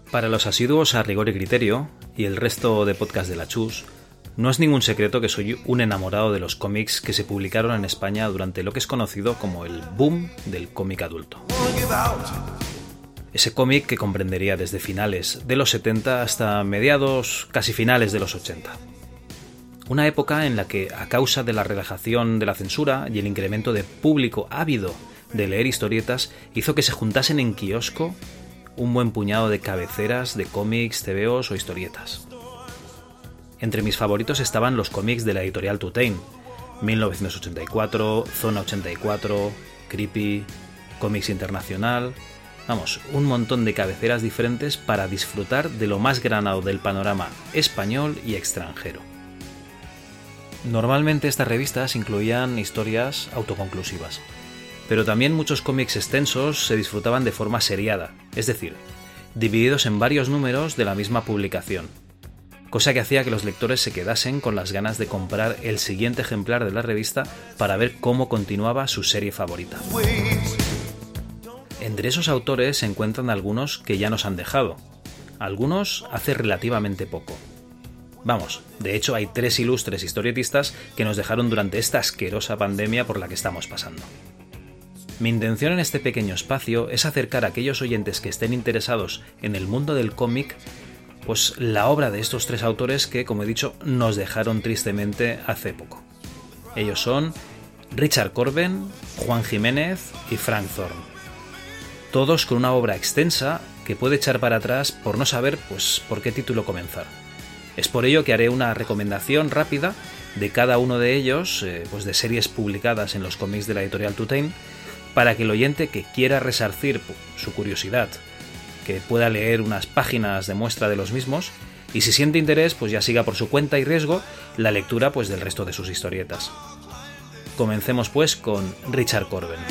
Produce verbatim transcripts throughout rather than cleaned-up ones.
Para los asiduos a Rigor y Criterio y el resto de podcast de la Chus, no es ningún secreto que soy un enamorado de los cómics que se publicaron en España durante lo que es conocido como el boom del cómic adulto. Ese cómic que comprendería desde finales de los setenta hasta mediados, casi finales de los ochenta. Una época en la que, a causa de la relajación de la censura y el incremento de público ávido de leer historietas, hizo que se juntasen en kiosco un buen puñado de cabeceras de cómics, tebeos o historietas. Entre mis favoritos estaban los cómics de la editorial Tutain, mil novecientos ochenta y cuatro, Zona ochenta y cuatro, Creepy, Cómics Internacional... Vamos, un montón de cabeceras diferentes para disfrutar de lo más granado del panorama español y extranjero. Normalmente estas revistas incluían historias autoconclusivas, pero también muchos cómics extensos se disfrutaban de forma seriada, es decir, divididos en varios números de la misma publicación, cosa que hacía que los lectores se quedasen con las ganas de comprar el siguiente ejemplar de la revista para ver cómo continuaba su serie favorita. Entre esos autores se encuentran algunos que ya nos han dejado, algunos hace relativamente poco. Vamos, de hecho hay tres ilustres historietistas que nos dejaron durante esta asquerosa pandemia por la que estamos pasando. Mi intención en este pequeño espacio es acercar a aquellos oyentes que estén interesados en el mundo del cómic, pues la obra de estos tres autores que, como he dicho, nos dejaron tristemente hace poco. Ellos son Richard Corben, Juan Jiménez y Frank Thorne. Todos con una obra extensa que puede echar para atrás por no saber pues, por qué título comenzar. Es por ello que haré una recomendación rápida de cada uno de ellos, eh, pues de series publicadas en los cómics de la editorial Tutain, para que el oyente que quiera resarcir pues, su curiosidad, que pueda leer unas páginas de muestra de los mismos, y si siente interés, pues ya siga por su cuenta y riesgo la lectura pues, del resto de sus historietas. Comencemos pues con Richard Corben.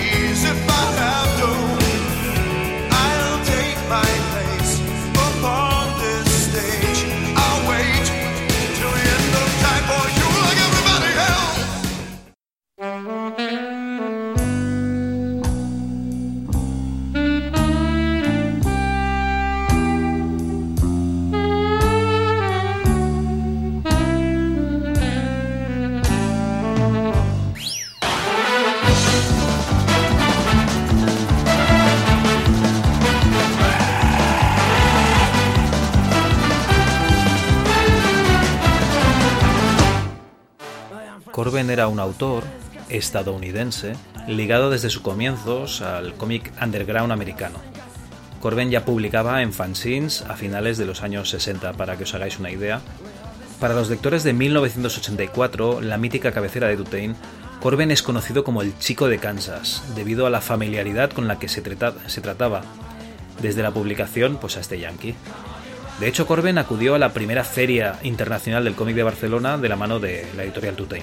Corben era un autor estadounidense ligado desde sus comienzos al cómic underground americano. Corben ya publicaba en fanzines a finales de los años sesenta, para que os hagáis una idea. Para los lectores de mil novecientos ochenta y cuatro, la mítica cabecera de Tutain, Corben es conocido como el Chico de Kansas, debido a la familiaridad con la que se, trata, se trataba, desde la publicación pues, a este yankee. De hecho, Corben acudió a la primera Feria Internacional del Cómic de Barcelona de la mano de la editorial Tutain.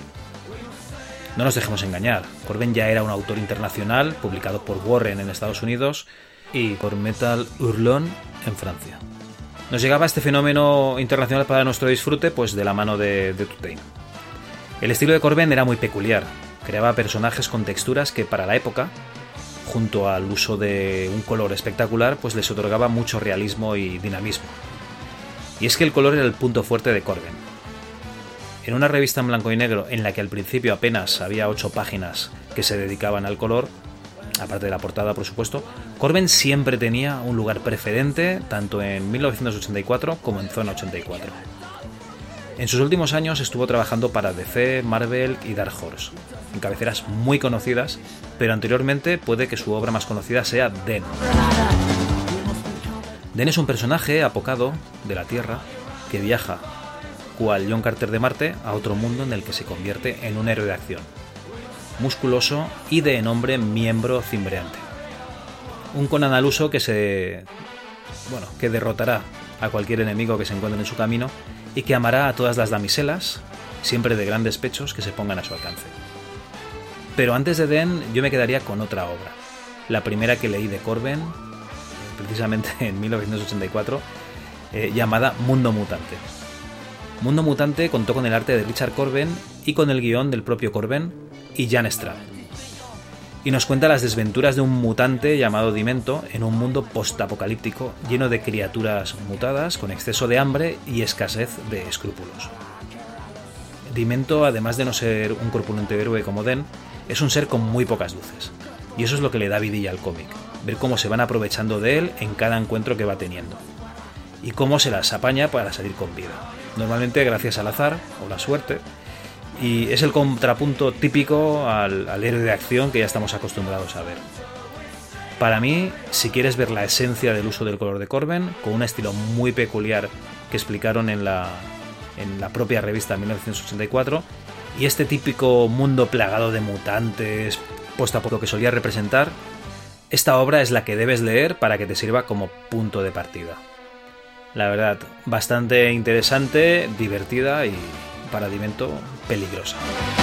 No nos dejemos engañar, Corben ya era un autor internacional, publicado por Warren en Estados Unidos y por Metal Hurlon en Francia. Nos llegaba este fenómeno internacional para nuestro disfrute pues de la mano de, de Tutain. El estilo de Corben era muy peculiar, creaba personajes con texturas que para la época, junto al uso de un color espectacular, pues les otorgaba mucho realismo y dinamismo. Y es que el color era el punto fuerte de Corben. En una revista en blanco y negro en la que al principio apenas había ocho páginas que se dedicaban al color, aparte de la portada por supuesto, Corben siempre tenía un lugar preferente tanto en mil novecientos ochenta y cuatro como en Zona ochenta y cuatro. En sus últimos años estuvo trabajando para D C, Marvel y Dark Horse, en cabeceras muy conocidas, pero anteriormente puede que su obra más conocida sea Den. Den es un personaje apocado de la Tierra que viaja, cual John Carter de Marte, a otro mundo en el que se convierte en un héroe de acción, musculoso y de nombre miembro cimbreante. Un Conan al uso que se... bueno, que derrotará a cualquier enemigo que se encuentre en su camino y que amará a todas las damiselas, siempre de grandes pechos, que se pongan a su alcance. Pero antes de Den, yo me quedaría con otra obra, la primera que leí de Corben, precisamente en mil novecientos ochenta y cuatro, eh, llamada Mundo Mutante. Mundo Mutante contó con el arte de Richard Corben y con el guión del propio Corben y Jan Straub. y nos cuenta las desventuras de un mutante llamado Dimento en un mundo postapocalíptico lleno de criaturas mutadas con exceso de hambre y escasez de escrúpulos. Dimento, además de no ser un corpulento héroe como Den, es un ser con muy pocas luces, y eso es lo que le da vidilla al cómic, ver cómo se van aprovechando de él en cada encuentro que va teniendo, y cómo se las apaña para salir con vida, normalmente gracias al azar o la suerte, y es el contrapunto típico al, al héroe de acción que ya estamos acostumbrados a ver. Para mí, si quieres ver la esencia del uso del color de Corben, con un estilo muy peculiar que explicaron en la, en la propia revista mil novecientos ochenta y cuatro, y este típico mundo plagado de mutantes, post-apo que solía representar, esta obra es la que debes leer para que te sirva como punto de partida. La verdad, bastante interesante, divertida y, para Dimento, peligrosa.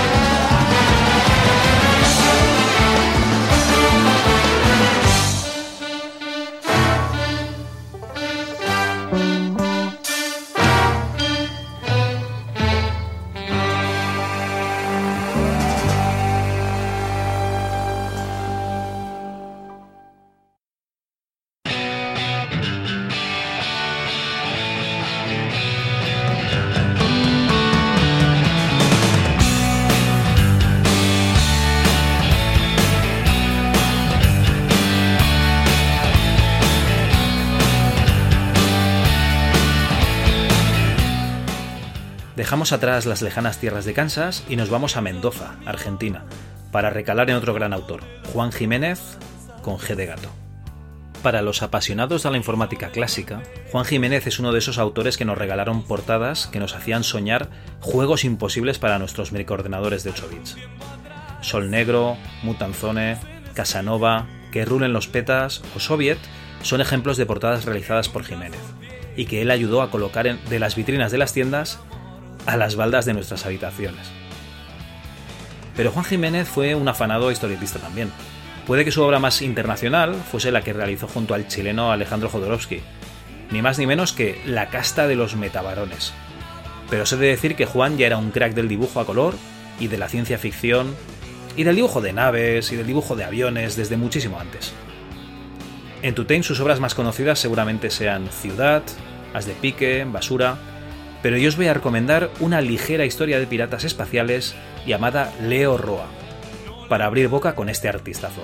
Dejamos atrás las lejanas tierras de Kansas y nos vamos a Mendoza, Argentina, para recalar en otro gran autor, Juan Jiménez, con G de gato. Para los apasionados de la informática clásica, Juan Jiménez es uno de esos autores que nos regalaron portadas que nos hacían soñar juegos imposibles para nuestros microordenadores de ocho bits. Sol Negro, Mutant Zone, Casanova, Que rulen los petas o Soviet son ejemplos de portadas realizadas por Jiménez, y que él ayudó a colocar en, de las vitrinas de las tiendas a las baldas de nuestras habitaciones. Pero Juan Jiménez fue un afanado historietista también. Puede que su obra más internacional fuese la que realizó junto al chileno Alejandro Jodorowsky, ni más ni menos que La casta de los metabarones. Pero sé de decir que Juan ya era un crack del dibujo a color y de la ciencia ficción y del dibujo de naves y del dibujo de aviones desde muchísimo antes. En Tutein sus obras más conocidas seguramente sean Ciudad, As de Pique, Basura, pero yo os voy a recomendar una ligera historia de piratas espaciales llamada Leo Roa, para abrir boca con este artistazo.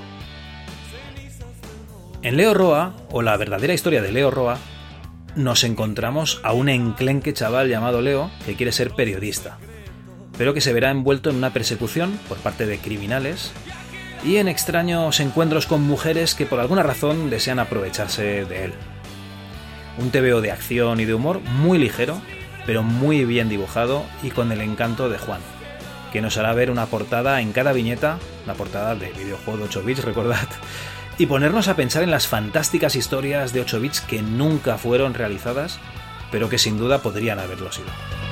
En Leo Roa, o la verdadera historia de Leo Roa, nos encontramos a un enclenque chaval llamado Leo que quiere ser periodista, pero que se verá envuelto en una persecución por parte de criminales y en extraños encuentros con mujeres que por alguna razón desean aprovecharse de él. Un tebeo de acción y de humor muy ligero, pero muy bien dibujado y con el encanto de Juan, que nos hará ver una portada en cada viñeta, una portada de videojuego de ocho bits, recordad, y ponernos a pensar en las fantásticas historias de ocho bits que nunca fueron realizadas, pero que sin duda podrían haberlo sido.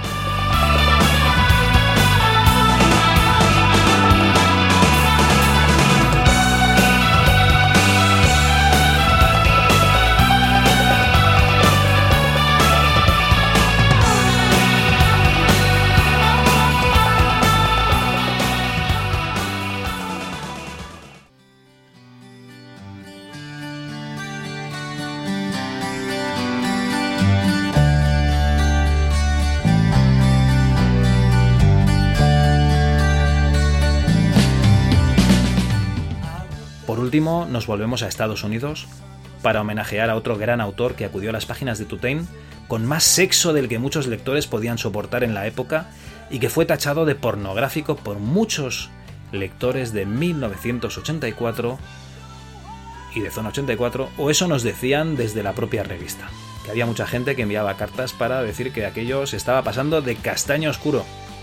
Por último, nos volvemos a Estados Unidos para homenajear a otro gran autor que acudió a las páginas de Tutein con más sexo del que muchos lectores podían soportar en la época y que fue tachado de pornográfico por muchos lectores de mil novecientos ochenta y cuatro y de Zona ochenta y cuatro, o eso nos decían desde la propia revista, que había mucha gente que enviaba cartas para decir que aquello se estaba pasando de castaño oscuro.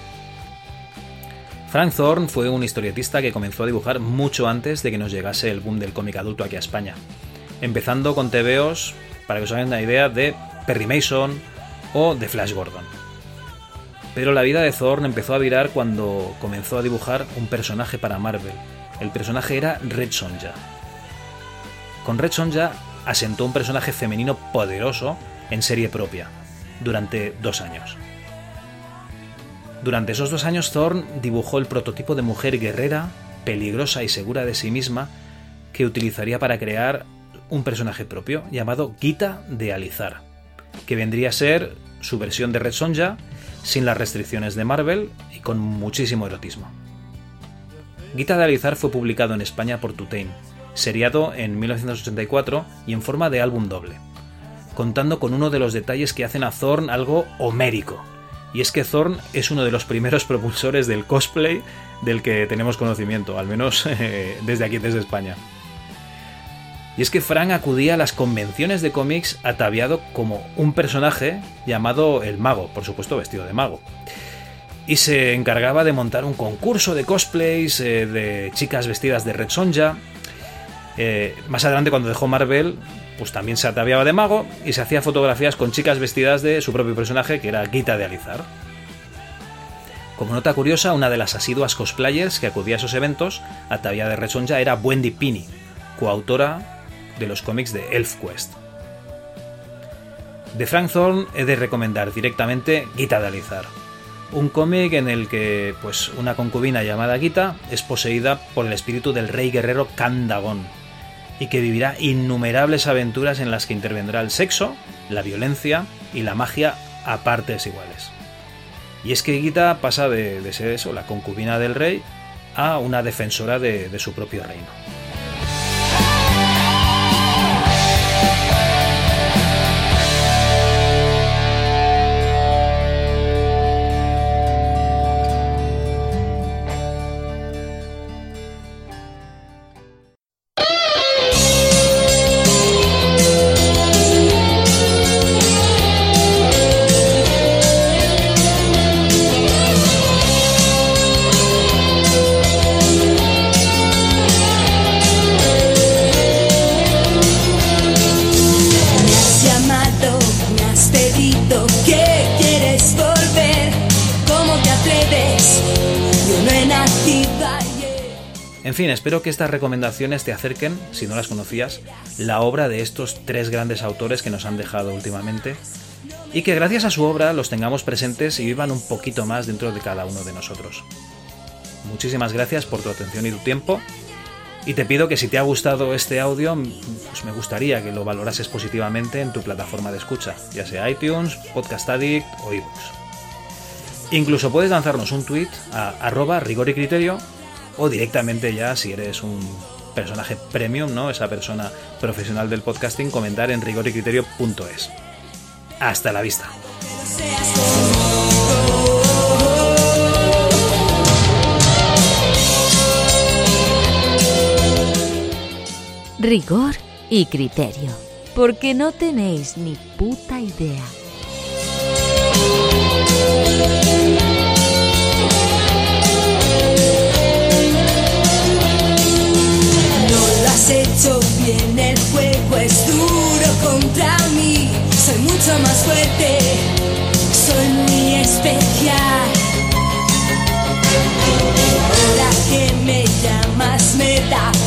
Frank Thorne fue un historietista que comenzó a dibujar mucho antes de que nos llegase el boom del cómic adulto aquí a España, empezando con tebeos, para que os hagáis una idea, de Perry Mason o de Flash Gordon. Pero la vida de Thorne empezó a virar cuando comenzó a dibujar un personaje para Marvel. El personaje era Red Sonja. Con Red Sonja asentó un personaje femenino poderoso en serie propia, durante dos años. Durante esos dos años Thorne dibujó el prototipo de mujer guerrera peligrosa y segura de sí misma que utilizaría para crear un personaje propio llamado Gita de Alizar, que vendría a ser su versión de Red Sonja sin las restricciones de Marvel y con muchísimo erotismo. Gita de Alizar fue publicado en España por Tutein, seriado en mil novecientos ochenta y cuatro y en forma de álbum doble, contando con uno de los detalles que hacen a Thorne algo homérico, y es que Thorne es uno de los primeros propulsores del cosplay del que tenemos conocimiento, al menos eh, desde aquí, desde España. Y es que Frank acudía a las convenciones de cómics ataviado como un personaje llamado el Mago, por supuesto vestido de mago, y se encargaba de montar un concurso de cosplays eh, de chicas vestidas de Red Sonja. Eh, más adelante, cuando dejó Marvel, pues también se ataviaba de mago y se hacía fotografías con chicas vestidas de su propio personaje, que era Gita de Alizar. Como nota curiosa, una de las asiduas cosplayers que acudía a esos eventos ataviada de Red Sonja era Wendy Pini, coautora de los cómics de ElfQuest. De Frank Thorne he de recomendar directamente Gita de Alizar, un cómic en el que pues, una concubina llamada Gita es poseída por el espíritu del rey guerrero Khan Dagon y que vivirá innumerables aventuras en las que intervendrá el sexo, la violencia y la magia a partes iguales. Y es que Gita pasa de, de ser eso, la concubina del rey, a una defensora de, de su propio reino. En fin, espero que estas recomendaciones te acerquen, si no las conocías, la obra de estos tres grandes autores que nos han dejado últimamente y que gracias a su obra los tengamos presentes y vivan un poquito más dentro de cada uno de nosotros. Muchísimas gracias por tu atención y tu tiempo y te pido que si te ha gustado este audio, pues me gustaría que lo valorases positivamente en tu plataforma de escucha, ya sea iTunes, Podcast Addict o iVoox. Incluso puedes lanzarnos un tweet a arroba rigor y criterio o directamente ya, si eres un personaje premium, ¿no? Esa persona profesional del podcasting, comentar en rigor y criterio punto es. Hasta la vista. Rigor y criterio, porque no tenéis ni puta idea. Has hecho bien, el juego es duro contra mí. Soy mucho más fuerte, soy muy especial. Ahora que me llamas me da